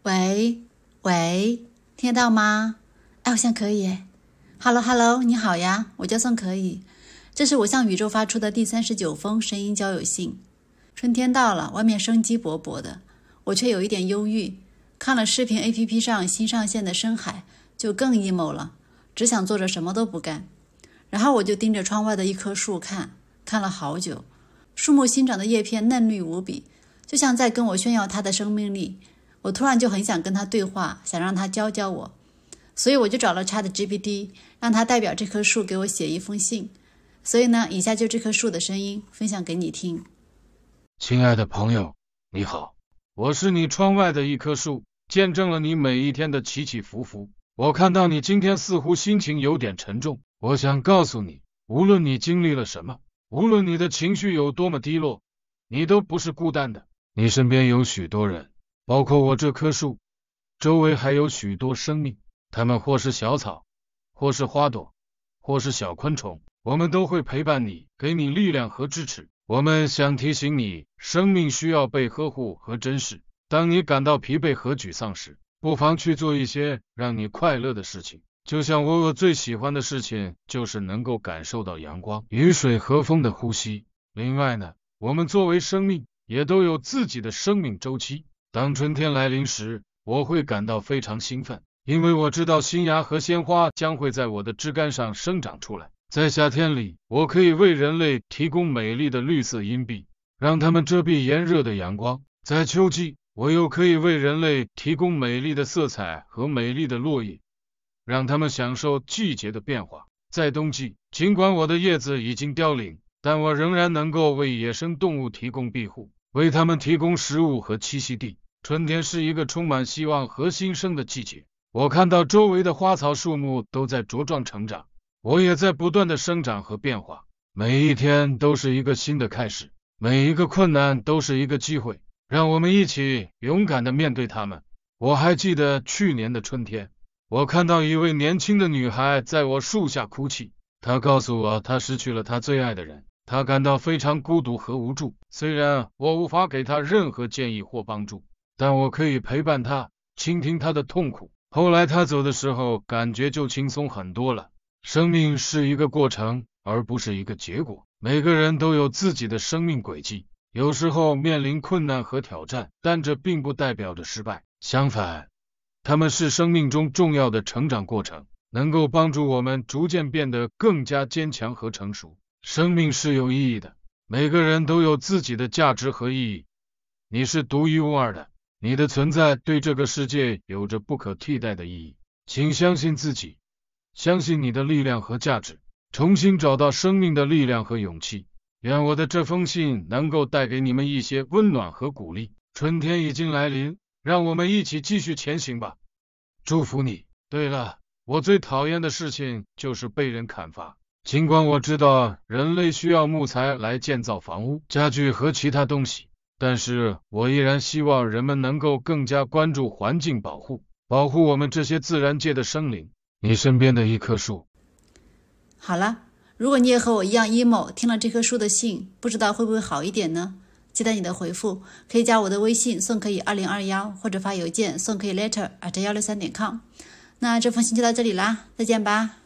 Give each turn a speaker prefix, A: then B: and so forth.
A: 喂，喂，听得到吗？哎，好像可以诶。Hello， 你好呀，我叫宋可以。这是我向宇宙发出的第39封声音交友信。春天到了，外面生机勃勃的，我却有一点忧郁。看了视频 APP 上新上线的深海，就更 emo 了，只想坐着什么都不干。然后我就盯着窗外的一棵树看了好久。树木新长的叶片嫩绿无比，就像在跟我炫耀它的生命力。我突然就很想跟他对话，想让他教教我，所以我就找了 ChatGPT， 让他代表这棵树给我写一封信。所以呢，以下就这棵树的声音分享给你听。
B: 亲爱的朋友，你好，我是你窗外的一棵树，见证了你每一天的起起伏伏。我看到你今天似乎心情有点沉重，我想告诉你，无论你经历了什么，无论你的情绪有多么低落，你都不是孤单的，你身边有许多人，包括我这棵树，周围还有许多生命，它们或是小草，或是花朵，或是小昆虫，我们都会陪伴你，给你力量和支持。我们想提醒你，生命需要被呵护和珍视。当你感到疲惫和沮丧时，不妨去做一些让你快乐的事情。就像我最喜欢的事情就是能够感受到阳光、雨水和风的呼吸。另外呢，我们作为生命也都有自己的生命周期。当春天来临时，我会感到非常兴奋，因为我知道新芽和鲜花将会在我的枝干上生长出来。在夏天里，我可以为人类提供美丽的绿色荫蔽，让它们遮蔽炎热的阳光。在秋季，我又可以为人类提供美丽的色彩和美丽的落叶，让他们享受季节的变化。在冬季，尽管我的叶子已经凋零，但我仍然能够为野生动物提供庇护，为它们提供食物和栖息地。春天是一个充满希望和新生的季节，我看到周围的花草树木都在茁壮成长，我也在不断的生长和变化。每一天都是一个新的开始，每一个困难都是一个机会，让我们一起勇敢地面对它们。我还记得去年的春天，我看到一位年轻的女孩在我树下哭泣，她告诉我她失去了她最爱的人，她感到非常孤独和无助。虽然我无法给她任何建议或帮助，但我可以陪伴她，倾听她的痛苦。后来她走的时候，感觉就轻松很多了。生命是一个过程，而不是一个结果。每个人都有自己的生命轨迹，有时候面临困难和挑战，但这并不代表着失败。相反，它们是生命中重要的成长过程，能够帮助我们逐渐变得更加坚强和成熟。生命是有意义的，每个人都有自己的价值和意义。你是独一无二的，你的存在对这个世界有着不可替代的意义。请相信自己，相信你的力量和价值，重新找到生命的力量和勇气。愿我的这封信能够带给你们一些温暖和鼓励。春天已经来临，让我们一起继续前行吧。祝福你。对了，我最讨厌的事情就是被人砍伐。尽管我知道人类需要木材来建造房屋、家具和其他东西，但是我依然希望人们能够更加关注环境保护，保护我们这些自然界的生灵。你身边的一棵树。
A: 好了，如果你也和我一样 emo， 听了这棵树的信，不知道会不会好一点呢？期待你的回复，可以加我的微信宋可以2021，或者发邮件宋可以 letter@163.com。那这封信就到这里啦，再见吧。